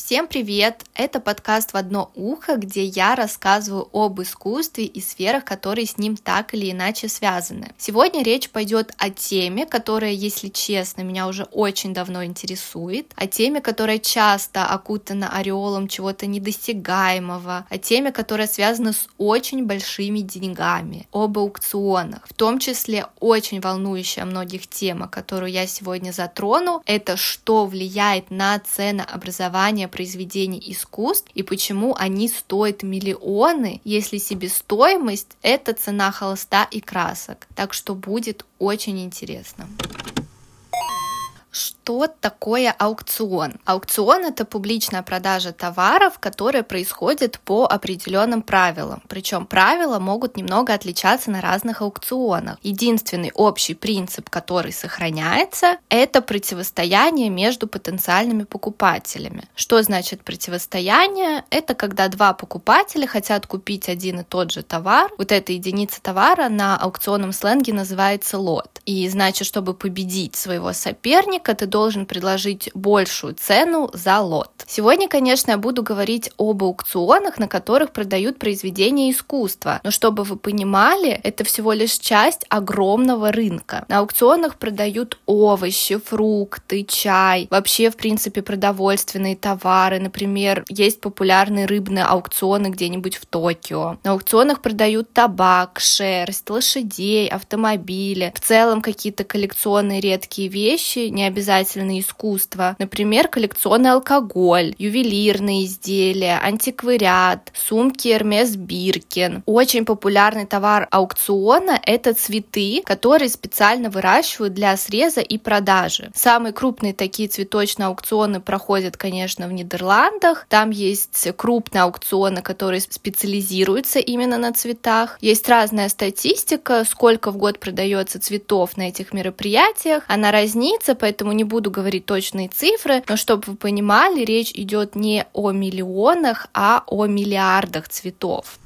Всем привет! Это подкаст «В одно ухо», где я рассказываю об искусстве и сферах, которые с ним так или иначе связаны. Сегодня речь пойдет о теме, которая, если честно, меня уже очень давно интересует, о теме, которая часто окутана ореолом чего-то недосягаемого, о теме, которая связана с очень большими деньгами, об аукционах. В том числе очень волнующая многих тема, которую я сегодня затрону, это что влияет на ценообразование произведений искусств и почему они стоят миллионы, если себестоимость — это цена холста и красок. Так что будет очень интересно. Что такое аукцион? Аукцион — это публичная продажа товаров, которая происходит по определенным правилам. Причем правила могут немного отличаться на разных аукционах. Единственный общий принцип, который сохраняется, это противостояние между потенциальными покупателями. Что значит противостояние? Это когда два покупателя хотят купить один и тот же товар. Вот эта единица товара на аукционном сленге называется лот. И значит, чтобы победить своего соперника, ты должен предложить большую цену за лот. Сегодня, конечно, я буду говорить об аукционах, на которых продают произведения искусства. Но чтобы вы понимали, это всего лишь часть огромного рынка. На аукционах продают овощи, фрукты, чай, вообще, в принципе, продовольственные товары. Например, есть популярные рыбные аукционы где-нибудь в Токио. На аукционах продают табак, шерсть, лошадей, автомобили. В целом какие-то коллекционные редкие вещи, не обязательно искусство. Например, коллекционный алкоголь, ювелирные изделия, антиквариат, сумки Hermes Birkin. Очень популярный товар аукциона — это цветы, которые специально выращивают для среза и продажи. Самые крупные такие цветочные аукционы проходят, конечно, в Нидерландах. Там есть крупные аукционы, которые специализируются именно на цветах. Есть разная статистика, сколько в год продается цветов на этих мероприятиях. Она разнится, поэтому не буду говорить точные цифры, но чтобы вы понимали, речь идет не о миллионах, а о миллиардах цветов.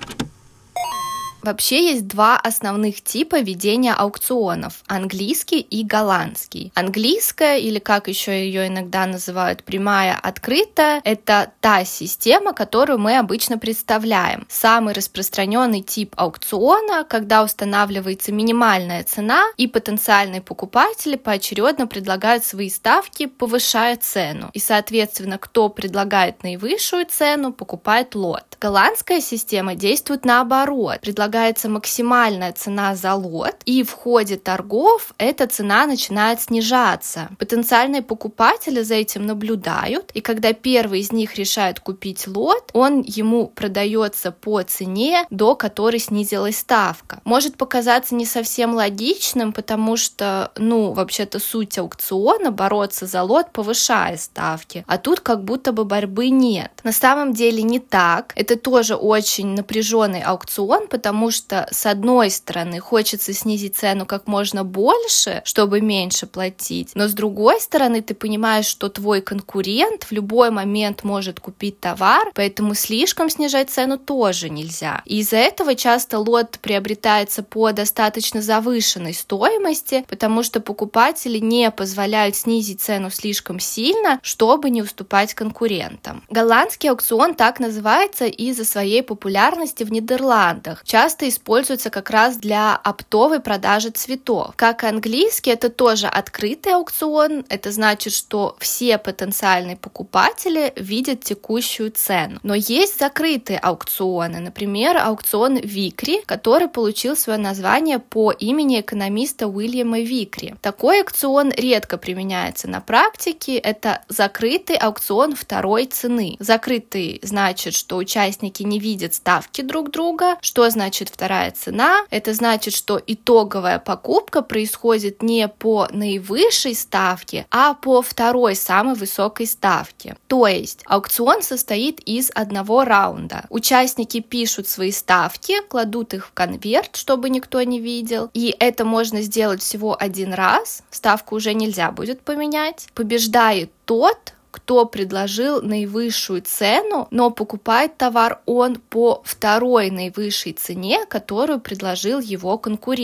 Вообще есть два основных типа ведения аукционов – английский и голландский. Английская, или как еще ее иногда называют, прямая открытая – это та система, которую мы обычно представляем. Самый распространенный тип аукциона, когда устанавливается минимальная цена, и потенциальные покупатели поочередно предлагают свои ставки, повышая цену. И, соответственно, кто предлагает наивысшую цену, покупает лот. Голландская система действует наоборот. Предлагается максимальная цена за лот, и в ходе торгов эта цена начинает снижаться. Потенциальные покупатели за этим наблюдают, и когда первый из них решает купить лот, он ему продается по цене, до которой снизилась ставка. Может показаться не совсем логичным, потому что, вообще-то суть аукциона — бороться за лот, повышая ставки, а тут как будто бы борьбы нет. На самом деле не так. Это тоже очень напряженный аукцион, потому что, с одной стороны, хочется снизить цену как можно больше, чтобы меньше платить, но с другой стороны, ты понимаешь, что твой конкурент в любой момент может купить товар, поэтому слишком снижать цену тоже нельзя. И из-за этого часто лот приобретается по достаточно завышенной стоимости, потому что покупатели не позволяют снизить цену слишком сильно, чтобы не уступать конкурентам. Голландский аукцион так называется из-за своей популярности в Нидерландах. Часто используется как раз для оптовой продажи цветов. Как и английский, это тоже открытый аукцион. Это значит, что все потенциальные покупатели видят текущую цену. Но есть закрытые аукционы. Например, аукцион Викри, который получил свое название по имени экономиста Уильяма Викри. Такой аукцион редко применяется на практике. Это закрытый аукцион второй цены. Закрытый значит, что участники не видят ставки друг друга. Что значит вторая цена? Это значит, что итоговая покупка происходит не по наивысшей ставке, а по второй самой высокой ставке. То есть аукцион состоит из одного раунда. Участники пишут свои ставки, кладут их в конверт, чтобы никто не видел, и это можно сделать всего один раз. Ставку уже нельзя будет поменять. Побеждает тот, кто предложил наивысшую цену, но покупает товар он по второй наивысшей цене, которую предложил его конкурент.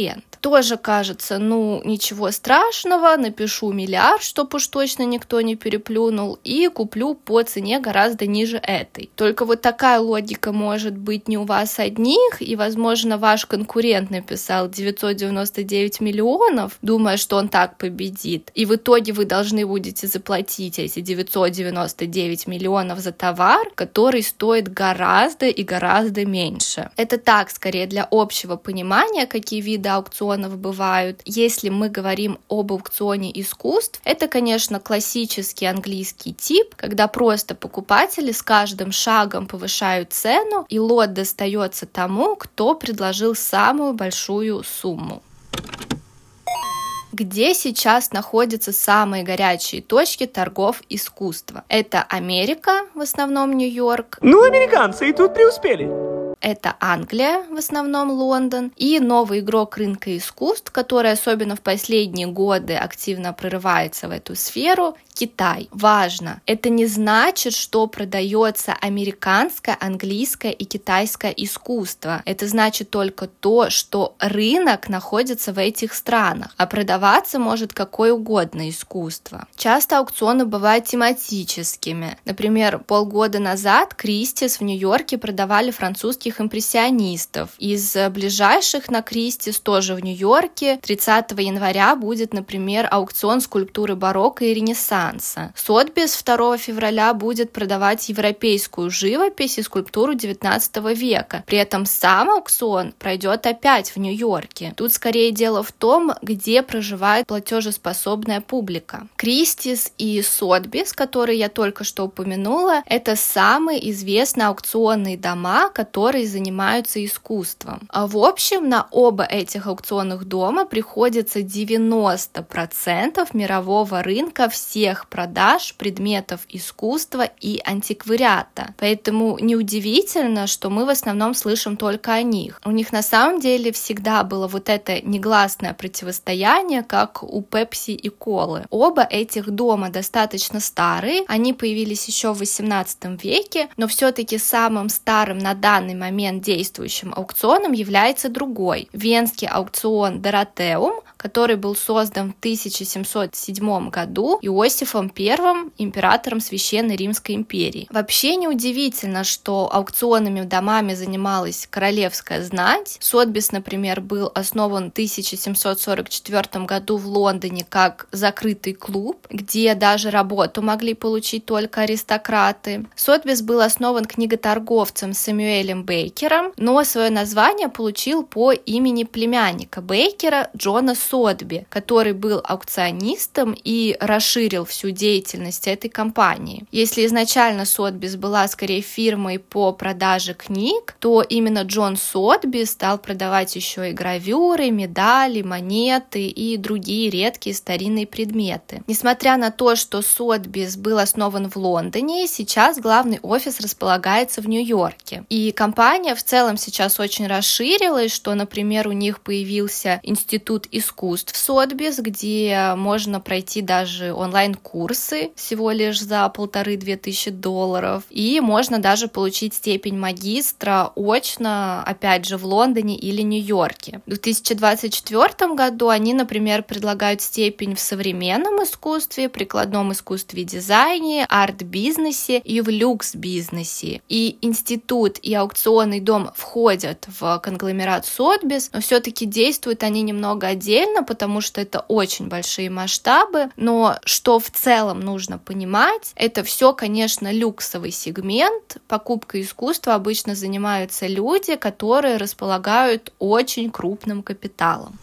Тоже кажется, ничего страшного, напишу миллиард, чтоб уж точно никто не переплюнул, и куплю по цене гораздо ниже этой. Только вот такая логика может быть не у вас одних, и, возможно, ваш конкурент написал 999 миллионов, думая, что он так победит, и в итоге вы должны будете заплатить эти 999 миллионов за товар, который стоит гораздо и гораздо меньше. Это так, скорее, для общего понимания, какие виды аукционов бывают. Если мы говорим об аукционе искусств, это, конечно, классический английский тип, когда просто покупатели с каждым шагом повышают цену, и лот достается тому, кто предложил самую большую сумму. Где сейчас находятся самые горячие точки торгов искусства? Это Америка, в основном Нью-Йорк. Американцы и тут преуспели. Это Англия, в основном Лондон, и новый игрок рынка искусств, который особенно в последние годы активно прорывается в эту сферу, Китай. Важно, это не значит, что продается американское, английское и китайское искусство. Это значит только то, что рынок находится в этих странах, а продаваться может какое угодно искусство. Часто аукционы бывают тематическими. Например, полгода назад Кристис в Нью-Йорке продавали французских импрессионистов. Из ближайших на Кристис тоже в Нью-Йорке 30 января будет, например, аукцион скульптуры барокко и ренессанса. Сотбис 2 февраля будет продавать европейскую живопись и скульптуру 19 века. При этом сам аукцион пройдет опять в Нью-Йорке. Тут скорее дело в том, где проживает платежеспособная публика. Кристис и Сотбис, которые я только что упомянула, это самые известные аукционные дома, которые занимаются искусством. В общем, на оба этих аукционных дома приходится 90% мирового рынка всех продаж предметов искусства и антиквариата. Поэтому неудивительно, что мы в основном слышим только о них. У них на самом деле всегда было вот это негласное противостояние, как у Пепси и Колы. Оба этих дома достаточно старые, они появились еще в XVIII веке, но все-таки самым старым на данный момент действующим аукционом является другой. Венский аукцион Доротеум, который был создан в 1707 году Иосифом I, императором Священной Римской империи. Вообще неудивительно, что аукционными домами занималась королевская знать. Сотбис, например, был основан в 1744 году в Лондоне как закрытый клуб, где даже работу могли получить только аристократы. Сотбис был основан книготорговцем Сэмюэлем Бейкером, но свое название получил по имени племянника Бейкера Джона Сотби, который был аукционистом и расширил всю деятельность этой компании. Если изначально Сотбис была скорее фирмой по продаже книг, то именно Джон Сотби стал продавать еще и гравюры, медали, монеты и другие редкие старинные предметы. Несмотря на то, что Сотбис был основан в Лондоне, сейчас главный офис располагается в Нью-Йорке. И компания в целом сейчас очень расширилась, что, например, у них появился институт искусств Сотбис, где можно пройти даже онлайн-курсы всего лишь за $1500-2000, и можно даже получить степень магистра очно, опять же, в Лондоне или Нью-Йорке. В 2024 году они, например, предлагают степень в современном искусстве, прикладном искусстве и дизайне, арт-бизнесе и в люкс-бизнесе. И институт и аукционный дом входят в конгломерат Сотбис, но все-таки действуют они немного отдельно, потому что это очень большие масштабы, но что в целом нужно понимать, это все, конечно, люксовый сегмент. Покупкой искусства обычно занимаются люди, которые располагают очень крупным капиталом.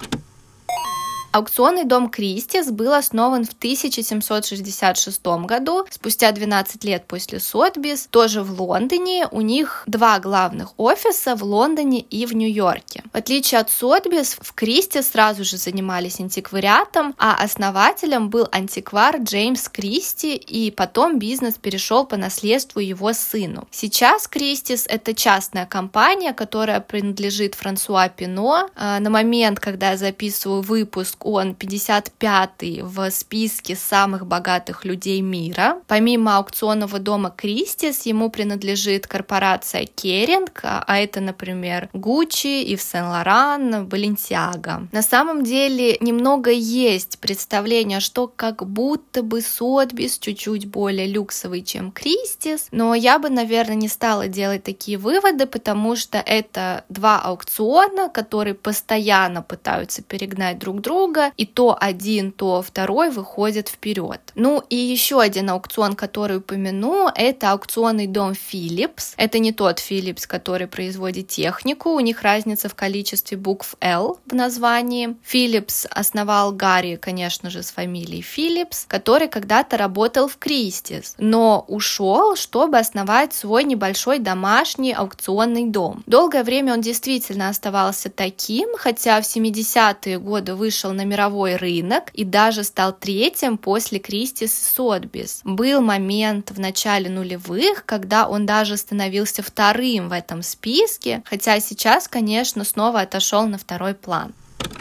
Аукционный дом Кристис был основан в 1766 году, спустя 12 лет после Сотбис, тоже в Лондоне. У них два главных офиса в Лондоне и в Нью-Йорке. В отличие от Сотбис, в Кристис сразу же занимались антиквариатом, а основателем был антиквар Джеймс Кристи, и потом бизнес перешел по наследству его сыну. Сейчас Кристис — это частная компания, которая принадлежит Франсуа Пино. На момент, когда я записываю выпуск, Маск, он 55-й в списке самых богатых людей мира. Помимо аукционного дома Кристис, ему принадлежит корпорация Kering, а это, например, Gucci, Yves Saint Laurent, Balenciaga. На самом деле немного есть представление, что как будто бы Sotheby's чуть-чуть более люксовый, чем Кристис, но я бы, наверное, не стала делать такие выводы, потому что это два аукциона, которые постоянно пытаются перегнать друг друга, и то один, то второй выходят вперед. Ну и еще один аукцион, который упомяну, это аукционный дом Philips. Это не тот Philips, который производит технику, у них разница в количестве букв L в названии. Philips основал Гарри, конечно же, с фамилией Philips, который когда-то работал в Кристис, но ушел, чтобы основать свой небольшой домашний аукционный дом. Долгое время он действительно оставался таким, хотя в 70-е годы вышел на мировой рынок и даже стал третьим после Кристис и Sotheby's. Был момент в начале нулевых, когда он даже становился вторым в этом списке, хотя сейчас, конечно, снова отошел на второй план.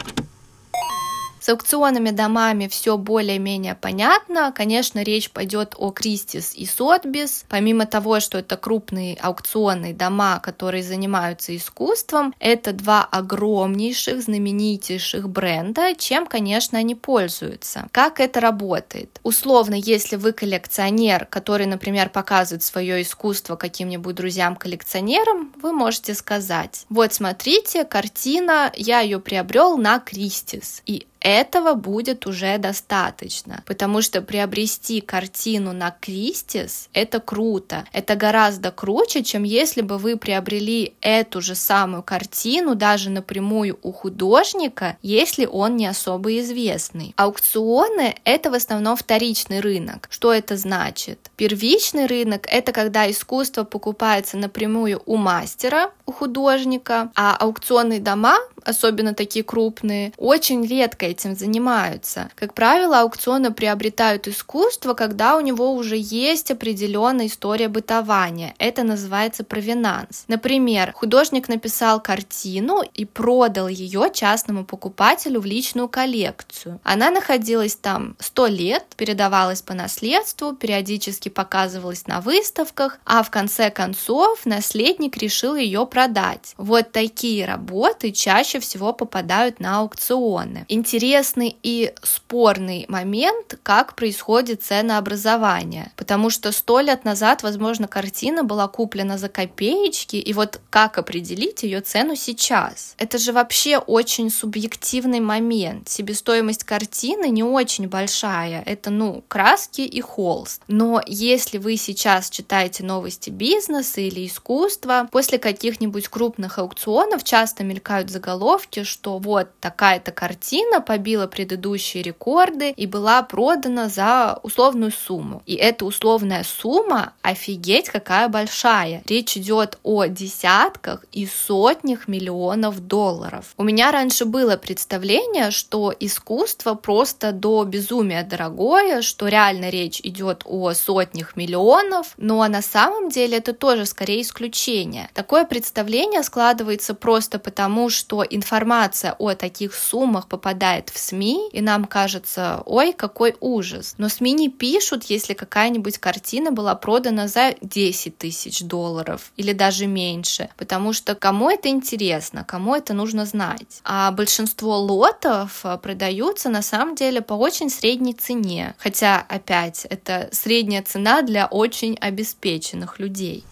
С аукционными домами все более-менее понятно. Конечно, речь пойдет о Кристис и Sotheby's. Помимо того, что это крупные аукционные дома, которые занимаются искусством, это два огромнейших, знаменитейших бренда, чем, конечно, они пользуются. Как это работает? Условно, если вы коллекционер, который, например, показывает свое искусство каким-нибудь друзьям-коллекционерам, вы можете сказать: вот смотрите, картина, я ее приобрел на Кристис, и этого будет уже достаточно, потому что приобрести картину на Кристис — это круто. Это гораздо круче, чем если бы вы приобрели эту же самую картину даже напрямую у художника, если он не особо известный. Аукционы — это в основном вторичный рынок. Что это значит? Первичный рынок — это когда искусство покупается напрямую у мастера, у художника, а аукционные дома, особенно такие крупные, очень редко этим занимаются. Как правило, аукционы приобретают искусство, когда у него уже есть определенная история бытования. Это называется провинанс. Например, художник написал картину и продал ее частному покупателю в личную коллекцию. Она находилась там 100 лет, передавалась по наследству, периодически показывалась на выставках, а в конце концов наследник решил ее продать. Вот такие работы чаще всего попадают на аукционы. Интересный и спорный момент, как происходит ценообразование, потому что 100 лет назад, возможно, картина была куплена за копеечки, и вот как определить ее цену сейчас? Это же вообще очень субъективный момент. Себестоимость картины не очень большая, это, краски и холст. Но если вы сейчас читаете новости бизнеса или искусства, после каких-нибудь крупных аукционов часто мелькают заголовки, что вот такая-то картина побила предыдущие рекорды и была продана за условную сумму. И эта условная сумма, офигеть, какая большая. Речь идет о десятках и сотнях миллионов долларов. У меня раньше было представление, что искусство просто до безумия дорогое, что реально речь идет о сотнях миллионов, но на самом деле это тоже скорее исключение. Такое представление складывается просто потому, что информация о таких суммах попадает в СМИ, и нам кажется: ой, какой ужас. Но СМИ не пишут, если какая-нибудь картина была продана за 10 тысяч долларов или даже меньше, потому что кому это интересно, кому это нужно знать. А большинство лотов продаются на самом деле по очень средней цене, хотя, опять, это средняя цена для очень обеспеченных людей.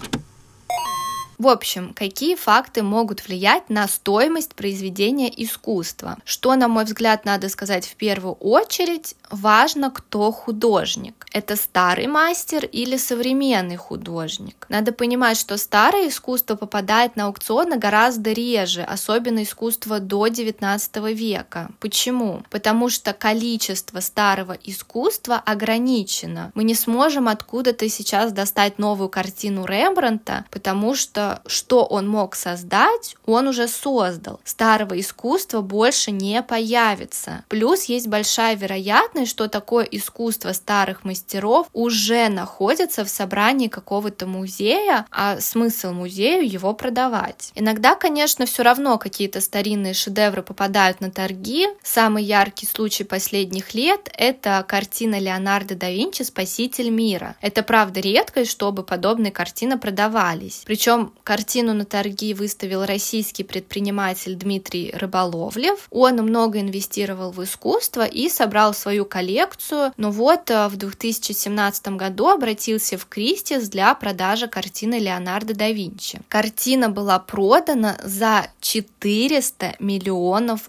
В общем, какие факты могут влиять на стоимость произведения искусства? Что, на мой взгляд, надо сказать в первую очередь: важно, кто художник. Это старый мастер или современный художник. Надо понимать, что старое искусство попадает на аукционы гораздо реже, особенно искусство до 19 века. Почему? Потому что количество старого искусства ограничено. Мы не сможем откуда-то сейчас достать новую картину Рембрандта, потому что что он мог создать, он уже создал. Старого искусства больше не появится. Плюс есть большая вероятность, что такое искусство старых мастеров уже находится в собрании какого-то музея, а смысл музею его продавать. Иногда, конечно, все равно какие-то старинные шедевры попадают на торги. Самый яркий случай последних лет — это картина Леонардо да Винчи «Спаситель мира». Это правда редкость, чтобы подобные картины продавались. Причем картину на торги выставил российский предприниматель Дмитрий Рыболовлев. Он много инвестировал в искусство и собрал свою коллекцию, но вот в 2017 году обратился в Кристис для продажи картины Леонардо да Винчи. Картина была продана за $400 миллионов.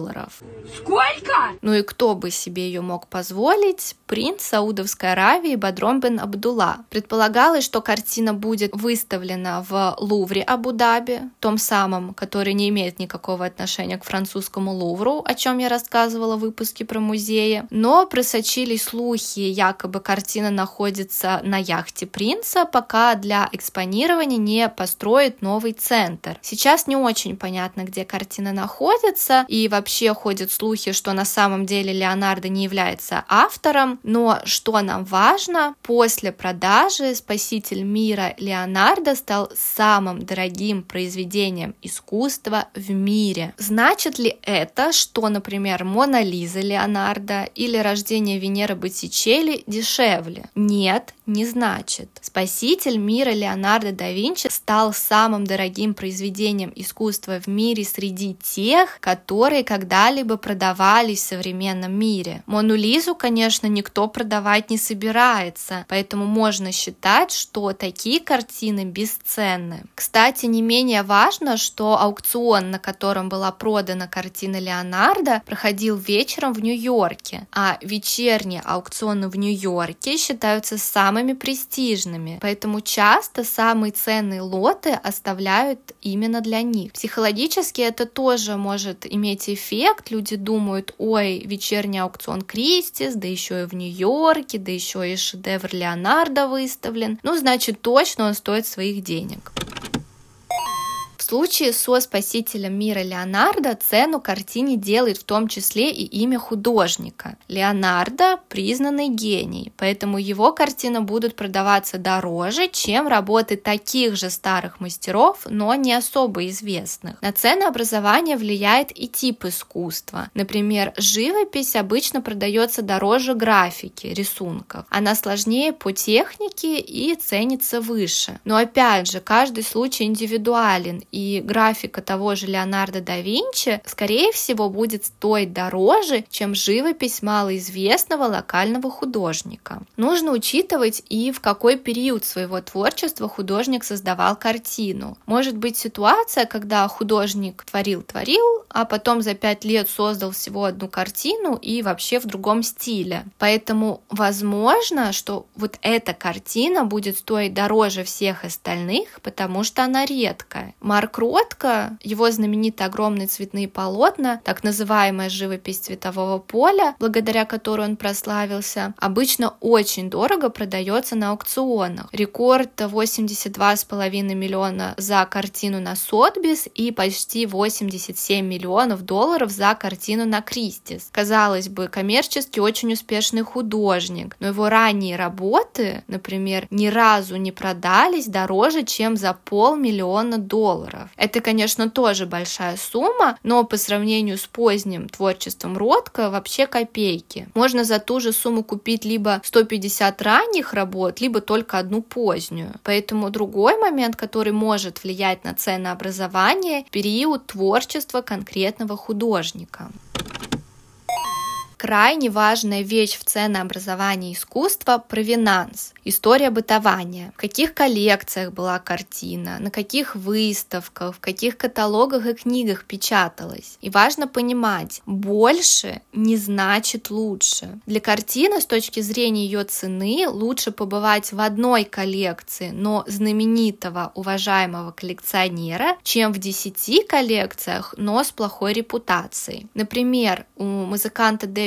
Сколько? Ну и кто бы себе ее мог позволить? Принц Саудовской Аравии Бодром бен Абдулла. Предполагалось, что картина будет выставлена в Лувре Абу-Даби, том самом, который не имеет никакого отношения к французскому Лувру, о чем я рассказывала в выпуске про музеи. Но просочились слухи, якобы картина находится на яхте принца, пока для экспонирования не построят новый центр. Сейчас не очень понятно, где картина находится, и вообще ходят слухи, что на самом деле Леонардо не является автором, но что нам важно, после продажи «Спаситель мира» Леонардо стал самым дорогим произведением искусства в мире. Значит ли это, что, например, «Мона Лиза» Леонардо или «Рождение Венеры» Боттичелли дешевле? Нет, не значит. «Спаситель мира» Леонардо да Винчи стал самым дорогим произведением искусства в мире среди тех, которые когда-либо продавались в современном мире. «Мону Лизу», конечно, никто продавать не собирается, поэтому можно считать, что такие картины бесценны. Кстати, не менее важно, что аукцион, на котором была продана картина Леонардо, проходил вечером в Нью-Йорке, а вечерние аукционы в Нью-Йорке считаются самыми престижными, поэтому часто самые ценные лоты оставляют именно для них. Психологически это тоже может иметь эффект. Люди думают: ой, вечерний аукцион Кристис, да еще и в Нью-Йорке, да еще и шедевр Леонардо выставлен. Ну, значит, точно он стоит своих денег. В случае со «Спасителем мира» Леонардо цену картине делает в том числе и имя художника. Леонардо – признанный гений, поэтому его картины будут продаваться дороже, чем работы таких же старых мастеров, но не особо известных. На ценообразование влияет и тип искусства. Например, живопись обычно продается дороже графики, рисунков. Она сложнее по технике и ценится выше. Но опять же, каждый случай индивидуален, и графика того же Леонардо да Винчи, скорее всего, будет стоить дороже, чем живопись малоизвестного локального художника. Нужно учитывать и в какой период своего творчества художник создавал картину. Может быть ситуация, когда художник творил, а потом за 5 лет создал всего одну картину и вообще в другом стиле. Поэтому возможно, что вот эта картина будет стоить дороже всех остальных, потому что она редкая. Марк Ротко, его знаменитые огромные цветные полотна, так называемая живопись цветового поля, благодаря которой он прославился, обычно очень дорого продается на аукционах. Рекорд $82,5 миллиона за картину на Сотбис и почти $87 миллионов за картину на Кристис. Казалось бы, коммерчески очень успешный художник, но его ранние работы, например, ни разу не продались дороже, чем за $500 000. Это, конечно, тоже большая сумма, но по сравнению с поздним творчеством Ротко вообще копейки. Можно за ту же сумму купить либо 150 ранних работ, либо только одну позднюю. Поэтому другой момент, который может влиять на ценообразование, период творчества конкретного художника. Крайне важная вещь в ценообразовании искусства – провинанс, история бытования. В каких коллекциях была картина, на каких выставках, в каких каталогах и книгах печаталась. И важно понимать, больше не значит лучше. Для картины с точки зрения ее цены лучше побывать в одной коллекции, но знаменитого, уважаемого коллекционера, чем в 10 коллекциях, но с плохой репутацией. Например, у музыканта Дэвида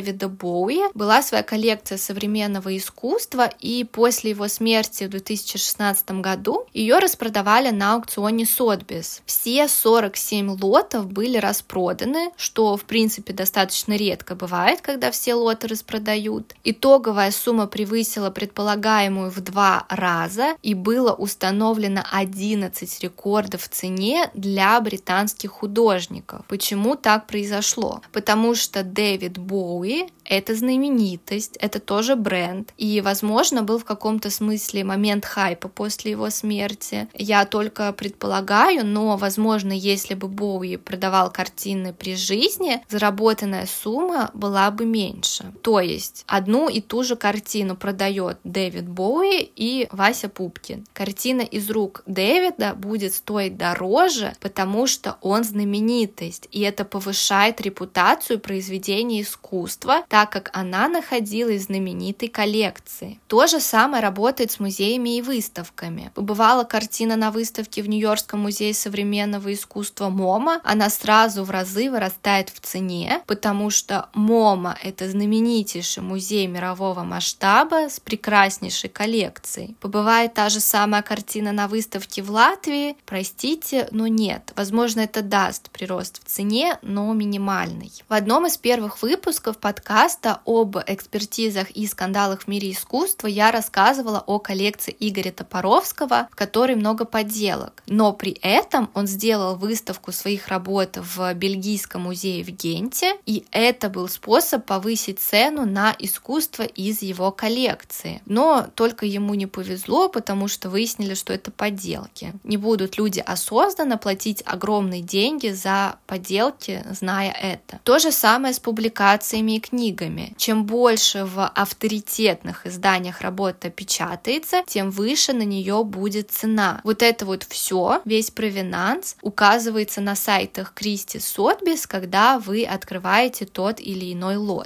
Дэвида Боуи была своя коллекция современного искусства, и после его смерти в 2016 году ее распродавали на аукционе Сотбис. Все 47 лотов были распроданы, что в принципе достаточно редко бывает, когда все лоты распродают. Итоговая сумма превысила предполагаемую в 2 раза, и было установлено 11 рекордов в цене для британских художников. Почему так произошло? Потому что Дэвид Боуи — это знаменитость, это тоже бренд, и, возможно, был в каком-то смысле момент хайпа после его смерти. Я только предполагаю, но, возможно, если бы Боуи продавал картины при жизни, заработанная сумма была бы меньше. То есть одну и ту же картину продает Дэвид Боуи и Вася Пупкин. Картина из рук Дэвида будет стоить дороже, потому что он знаменитость, и это повышает репутацию произведения искусства, так как она находилась в знаменитой коллекции. То же самое работает с музеями и выставками. Побывала картина на выставке в Нью-Йоркском музее современного искусства МоМА, она сразу в разы вырастает в цене, потому что МоМА — это знаменитейший музей мирового масштаба с прекраснейшей коллекцией. Побывает та же самая картина на выставке в Латвии, простите, но нет. Возможно, это даст прирост в цене, но минимальный. В одном из первых выпусков подкаста об экспертизах и скандалах в мире искусства я рассказывала о коллекции Игоря Топоровского, в которой много подделок. Но при этом он сделал выставку своих работ в Бельгийском музее в Генте, и это был способ повысить цену на искусство из его коллекции. Но только ему не повезло, потому что выяснили, что это подделки. Не будут люди осознанно платить огромные деньги за подделки, зная это. То же самое с публикациями и книгами. Чем больше в авторитетных изданиях работа печатается, тем выше на нее будет цена. Вот это вот все, весь провинанс указывается на сайтах Кристи Сотбис, когда вы открываете тот или иной лот.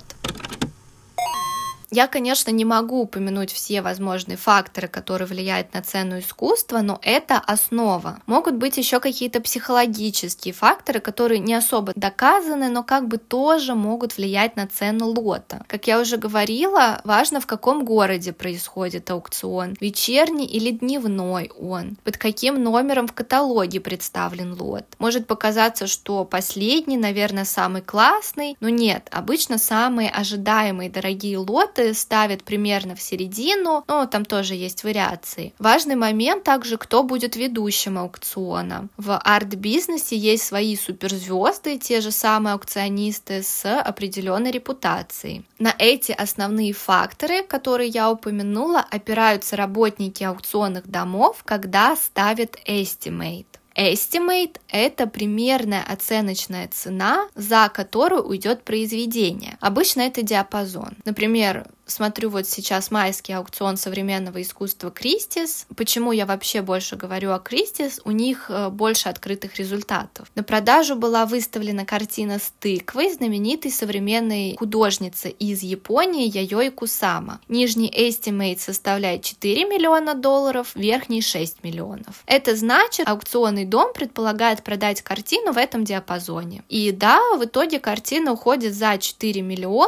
Я, конечно, не могу упомянуть все возможные факторы, которые влияют на цену искусства, но это основа. Могут быть еще какие-то психологические факторы, которые не особо доказаны, но как бы тоже могут влиять на цену лота. Как я уже говорила, важно, в каком городе происходит аукцион, вечерний или дневной он, под каким номером в каталоге представлен лот. Может показаться, что последний, наверное, самый классный, но нет, обычно самые ожидаемые дорогие лоты ставят примерно в середину, но там тоже есть вариации. Важный момент также, кто будет ведущим аукциона. В арт-бизнесе есть свои суперзвезды, те же самые аукционисты с определенной репутацией. На эти основные факторы, которые я упомянула, опираются работники аукционных домов, когда ставят estimate. Estimate — это примерная оценочная цена, за которую уйдет произведение. Обычно это диапазон. Например, смотрю вот сейчас майский аукцион современного искусства Кристис. Почему я вообще больше говорю о Кристис? У них больше открытых результатов. На продажу была выставлена картина с тыквой знаменитой современной художницы из Японии Яёи Кусама. Нижний estimate составляет $4 миллиона, верхний — $6 миллионов. Это значит, аукционный дом предполагает продать картину в этом диапазоне. И да, в итоге картина уходит за $4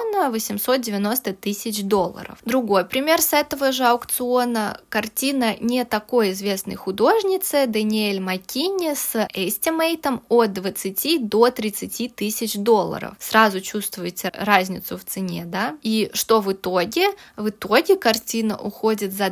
890 000. Другой пример с этого же аукциона — картина не такой известной художницы Даниэль Маккинни с эстимейтом от 20 до 30 тысяч долларов. Сразу чувствуете разницу в цене, да? И что в итоге? В итоге картина уходит за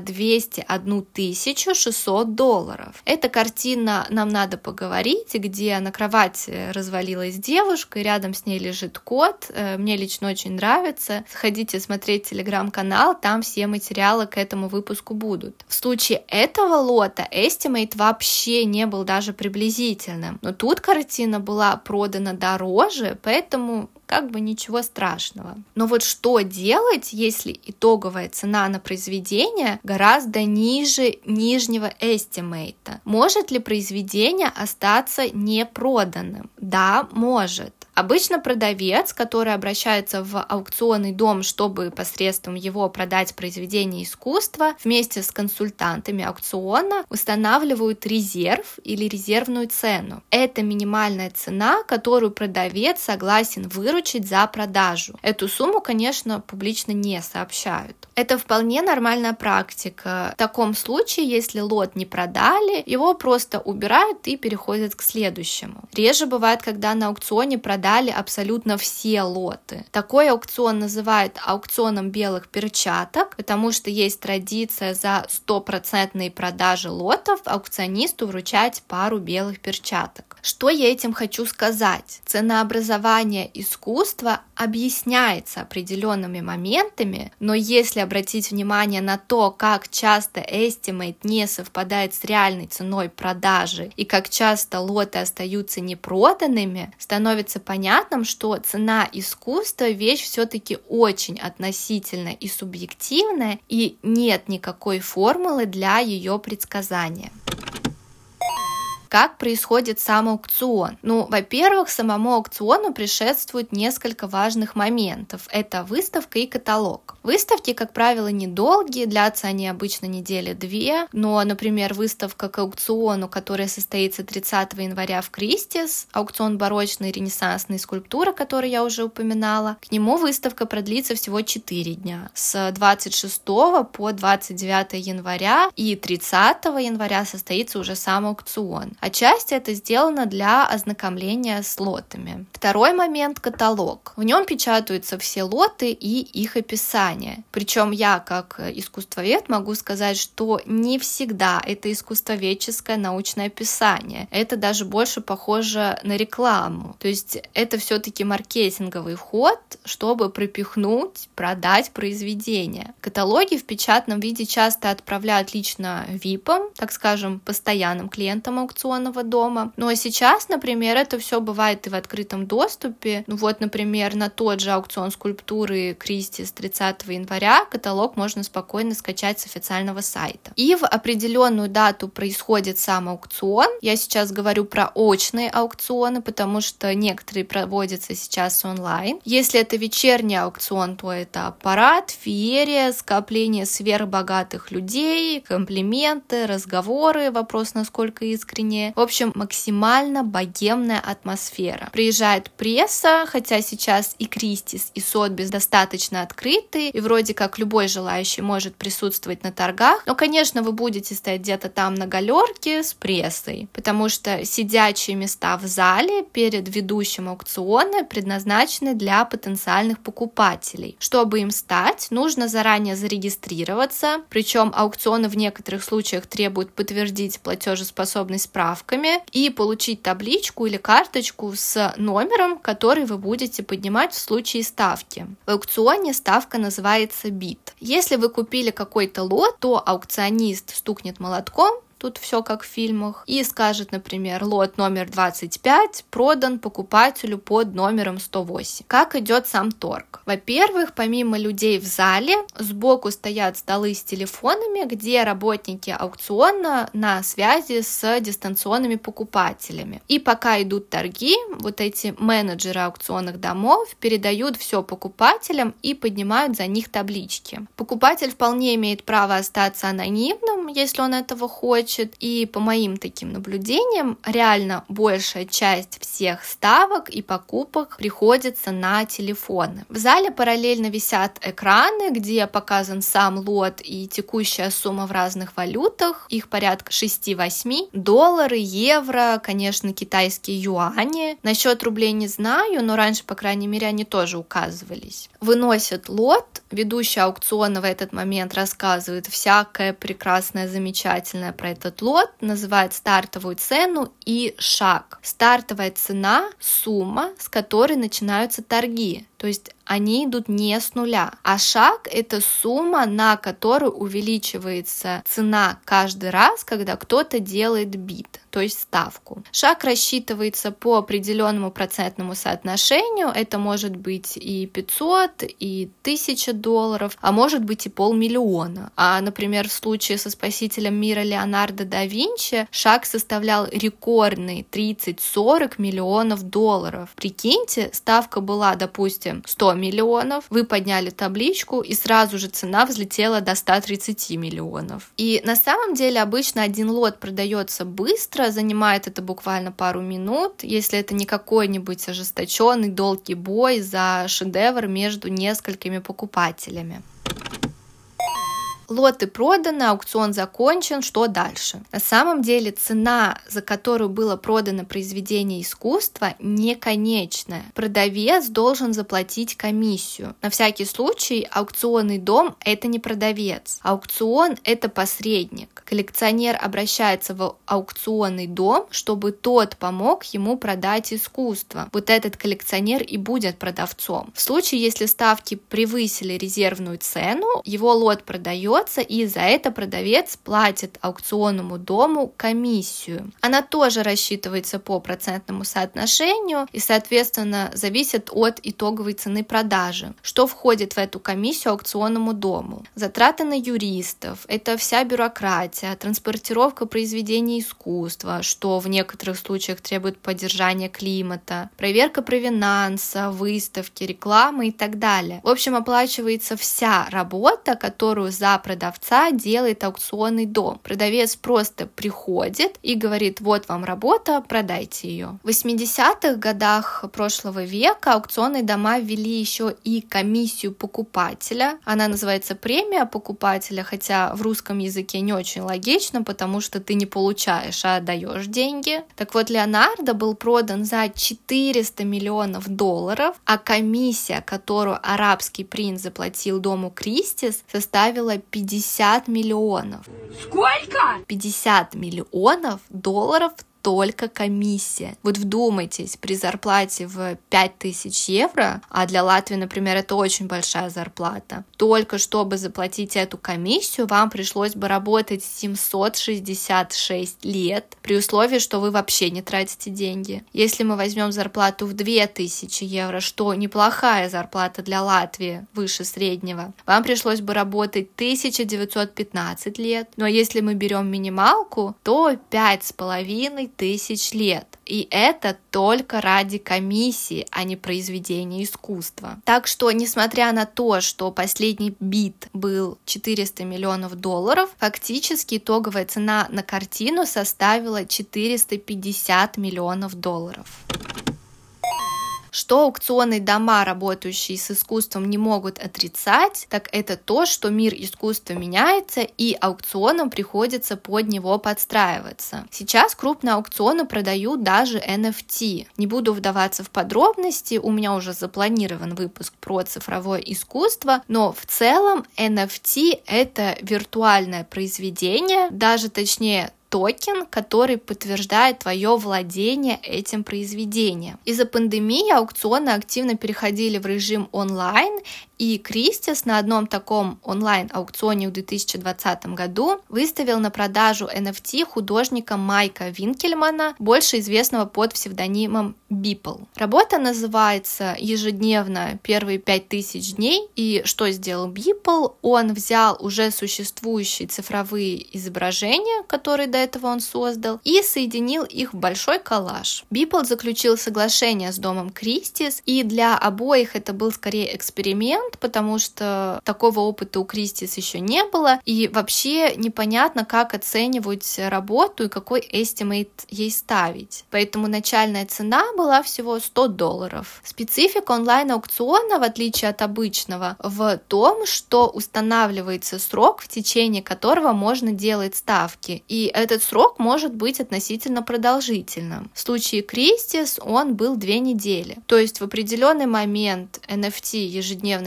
$201 600. Эта картина «Нам надо поговорить», где на кровати развалилась девушка, и рядом с ней лежит кот. Мне лично очень нравится. Сходите смотреть телеграм-канал, там все материалы к этому выпуску будут. В случае этого лота estimate вообще не был даже приблизительным, но тут картина была продана дороже, поэтому как бы ничего страшного. Но вот что делать, если итоговая цена на произведение гораздо ниже нижнего эстимейта? Может ли произведение остаться непроданным? Да, может. Обычно продавец, который обращается в аукционный дом, чтобы посредством его продать произведение искусства, вместе с консультантами аукциона устанавливают резерв или резервную цену. Это минимальная цена, которую продавец согласен выручить за продажу. Эту сумму, конечно, публично не сообщают. Это вполне нормальная практика. В таком случае, если лот не продали, его просто убирают и переходят к следующему. Реже бывает, когда на аукционе продали абсолютно все лоты. Такой аукцион называют аукционом белых перчаток, потому что есть традиция за 100% продажи лотов аукционисту вручать пару белых перчаток. Что я этим хочу сказать? Ценообразование искусства объясняется определенными моментами, но если обратить внимание на то, как часто estimate не совпадает с реальной ценой продажи и как часто лоты остаются непроданными, становится понятным, что цена искусства — вещь все-таки очень относительная и субъективная, и нет никакой формулы для ее предсказания. Как происходит сам аукцион? Во-первых, самому аукциону предшествует несколько важных моментов. Это выставка и каталог. Выставки, как правило, недолгие, длятся они обычно недели-две, но, например, выставка к аукциону, которая состоится 30 января в Кристис, аукцион барочной и ренессансной скульптуры, который я уже упоминала, к нему выставка продлится всего 4 дня, с 26 по 29 января, и 30 января состоится уже сам аукцион. Отчасти это сделано для ознакомления с лотами. Второй момент — каталог. В нем печатаются все лоты и их описание. Причем я, как искусствовед, могу сказать, что не всегда это искусствоведческое научное описание. Это даже больше похоже на рекламу. То есть это все-таки маркетинговый ход, чтобы пропихнуть, продать произведение. Каталоги в печатном виде часто отправляют лично VIP-ам, так скажем, постоянным клиентам аукциона, дома. Ну а сейчас, например, это все бывает и в открытом доступе. Например, на тот же аукцион скульптуры Кристис 30 января каталог можно спокойно скачать с официального сайта. И в определенную дату происходит сам аукцион. Я сейчас говорю про очные аукционы, потому что некоторые проводятся сейчас онлайн. Если это вечерний аукцион, то это парад, феерия, скопление сверхбогатых людей, комплименты, разговоры, вопрос, насколько искренне. В общем, максимально богемная атмосфера. Приезжает пресса, хотя сейчас и Кристис, и Сотбис достаточно открыты, и вроде как любой желающий может присутствовать на торгах, но, конечно, вы будете стоять где-то там на галерке с прессой, потому что сидячие места в зале перед ведущим аукциона предназначены для потенциальных покупателей. Чтобы им стать, нужно заранее зарегистрироваться, причем аукционы в некоторых случаях требуют подтвердить платежеспособность справками и получить табличку или карточку с номером, который вы будете поднимать в случае ставки. В аукционе ставка называется бит. Если вы купили какой-то лот, то аукционист стукнет молотком, тут все как в фильмах, и скажет, например, лот номер 25 продан покупателю под номером 108. Как идет сам торг? Во-первых, помимо людей в зале, сбоку стоят столы с телефонами, где работники аукциона на связи с дистанционными покупателями. И пока идут торги, вот эти менеджеры аукционных домов передают все покупателям и поднимают за них таблички. Покупатель вполне имеет право остаться анонимным, если он этого хочет, и по моим таким наблюдениям, реально большая часть всех ставок и покупок приходится на телефоны. В зале параллельно висят экраны, где показан сам лот и текущая сумма в разных валютах, их порядка 6-8, доллары, евро, конечно, китайские юани. Насчет рублей не знаю, но раньше, по крайней мере, они тоже указывались. Выносят лот, ведущий аукциона в этот момент рассказывает всякое прекрасное, замечательное про этот лот, называет стартовую цену и шаг. Стартовая цена — сумма, с которой начинаются торги. То То есть они идут не с нуля. А шаг — это сумма, на которую увеличивается цена каждый раз, когда кто-то делает бит, то есть ставку. Шаг рассчитывается по определенному процентному соотношению. Это может быть и 500, и $1000, а может быть и $500 000. А, например, в случае со спасителем мира Леонардо да Винчи шаг составлял рекордные $30-40 миллионов. Прикиньте, ставка была, допустим, 100 миллионов, вы подняли табличку, и сразу же цена взлетела до 130 миллионов. И на самом деле обычно один лот продается быстро, занимает это буквально пару минут, если это не какой-нибудь ожесточенный долгий бой за шедевр между несколькими покупателями. Лоты проданы, аукцион закончен, что дальше? На самом деле цена, за которую было продано произведение искусства, не конечная. Продавец должен заплатить комиссию. На всякий случай, аукционный дом — это не продавец. Аукцион — это посредник. Коллекционер обращается в аукционный дом, чтобы тот помог ему продать искусство. Вот этот коллекционер и будет продавцом. В случае, если ставки превысили резервную цену, его лот продается, и за это продавец платит аукционному дому комиссию. Она тоже рассчитывается по процентному соотношению и, соответственно, зависит от итоговой цены продажи. Что входит в эту комиссию аукционному дому? Затраты на юристов, это вся бюрократия, транспортировка произведений искусства, что в некоторых случаях требует поддержания климата, проверка провинанса, выставки, рекламы и так далее. В общем, оплачивается вся работа, которую за продавца делает аукционный дом. Продавец просто приходит и говорит: вот вам работа, продайте ее. В 80-х годах прошлого века аукционные дома ввели еще и комиссию покупателя. Она называется премия покупателя, хотя в русском языке не очень логично, потому что ты не получаешь, а отдаешь деньги. Так вот, Леонардо был продан за $400 миллионов, а комиссия, которую арабский принц заплатил дому Кристис, составила $50 миллионов. Сколько? $50 миллионов только комиссия. Вот вдумайтесь, при зарплате в 5000 евро, а для Латвии, например, это очень большая зарплата, только чтобы заплатить эту комиссию, вам пришлось бы работать 766 лет, при условии, что вы вообще не тратите деньги. Если мы возьмем зарплату в 2000 евро, что неплохая зарплата для Латвии, выше среднего, вам пришлось бы работать 1915 лет. Но если мы берем минималку, то 5500 лет. И это только ради комиссии, а не произведения искусства. Так что, несмотря на то, что последний бит был $400 миллионов, фактически итоговая цена на картину составила $450 миллионов. Что аукционные дома, работающие с искусством, не могут отрицать, так это то, что мир искусства меняется, и аукционам приходится под него подстраиваться. Сейчас крупные аукционы продают даже NFT. Не буду вдаваться в подробности, у меня уже запланирован выпуск про цифровое искусство, но в целом NFT — это виртуальное произведение, даже точнее токен, который подтверждает твое владение этим произведением. Из-за пандемии аукционы активно переходили в режим онлайн, и Кристис на одном таком онлайн-аукционе в 2020 году выставил на продажу NFT художника Майка Винкельмана, больше известного под псевдонимом Beeple. Работа называется «Ежедневно первые 5000 дней». И что сделал Beeple? Он взял уже существующие цифровые изображения, которые до этого он создал, и соединил их в большой коллаж. Beeple заключил соглашение с домом Кристис, и для обоих это был скорее эксперимент, потому что такого опыта у Кристис еще не было, и вообще непонятно, как оценивать работу и какой estimate ей ставить. Поэтому начальная цена была всего $100. Специфика онлайн-аукциона, в отличие от обычного, в том, что устанавливается срок, в течение которого можно делать ставки, и этот срок может быть относительно продолжительным. В случае Кристис он был 2 недели. То есть в определенный момент NFT ежедневно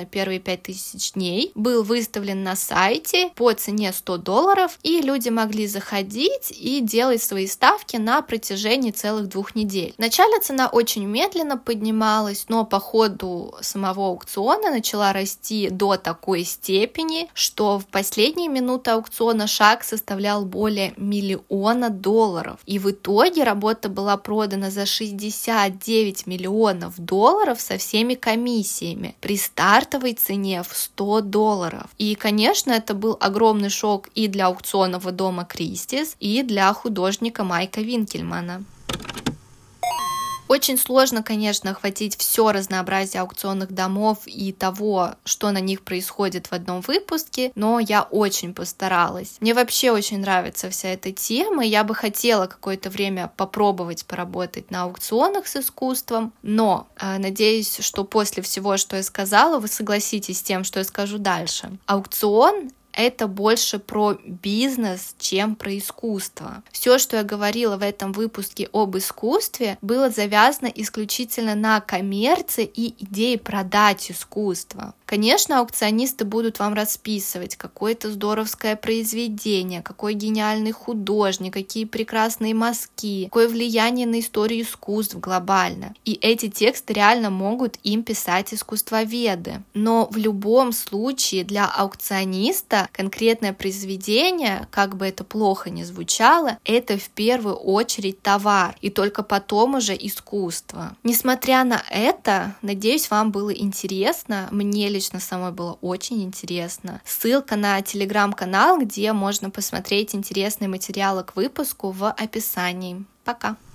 первые 5000 дней, был выставлен на сайте по цене $100, и люди могли заходить и делать свои ставки на протяжении целых 2 недель. Вначале цена очень медленно поднималась, но по ходу самого аукциона начала расти до такой степени, что в последние минуты аукциона шаг составлял более $1 миллиона. И в итоге работа была продана за $69 миллионов со всеми комиссиями при стартовой цене в $100. И, конечно, это был огромный шок и для аукционного дома Кристис, и для художника Майка Винкельмана. Очень сложно, конечно, охватить все разнообразие аукционных домов и того, что на них происходит в одном выпуске, но я очень постаралась. Мне вообще очень нравится вся эта тема, я бы хотела какое-то время попробовать поработать на аукционах с искусством, но надеюсь, что после всего, что я сказала, вы согласитесь с тем, что я скажу дальше. Аукцион — это больше про бизнес, чем про искусство. Все, что я говорила в этом выпуске об искусстве, было завязано исключительно на коммерции и идее продать искусство. Конечно, аукционисты будут вам расписывать какое-то здоровское произведение, какой гениальный художник, какие прекрасные мазки, какое влияние на историю искусств глобально. И эти тексты реально могут им писать искусствоведы. Но в любом случае для аукциониста конкретное произведение, как бы это плохо ни звучало, это в первую очередь товар, и только потом уже искусство. Несмотря на это, надеюсь, вам было интересно, мне лично самой было очень интересно. Ссылка на телеграм-канал, где можно посмотреть интересные материалы к выпуску, в описании. Пока!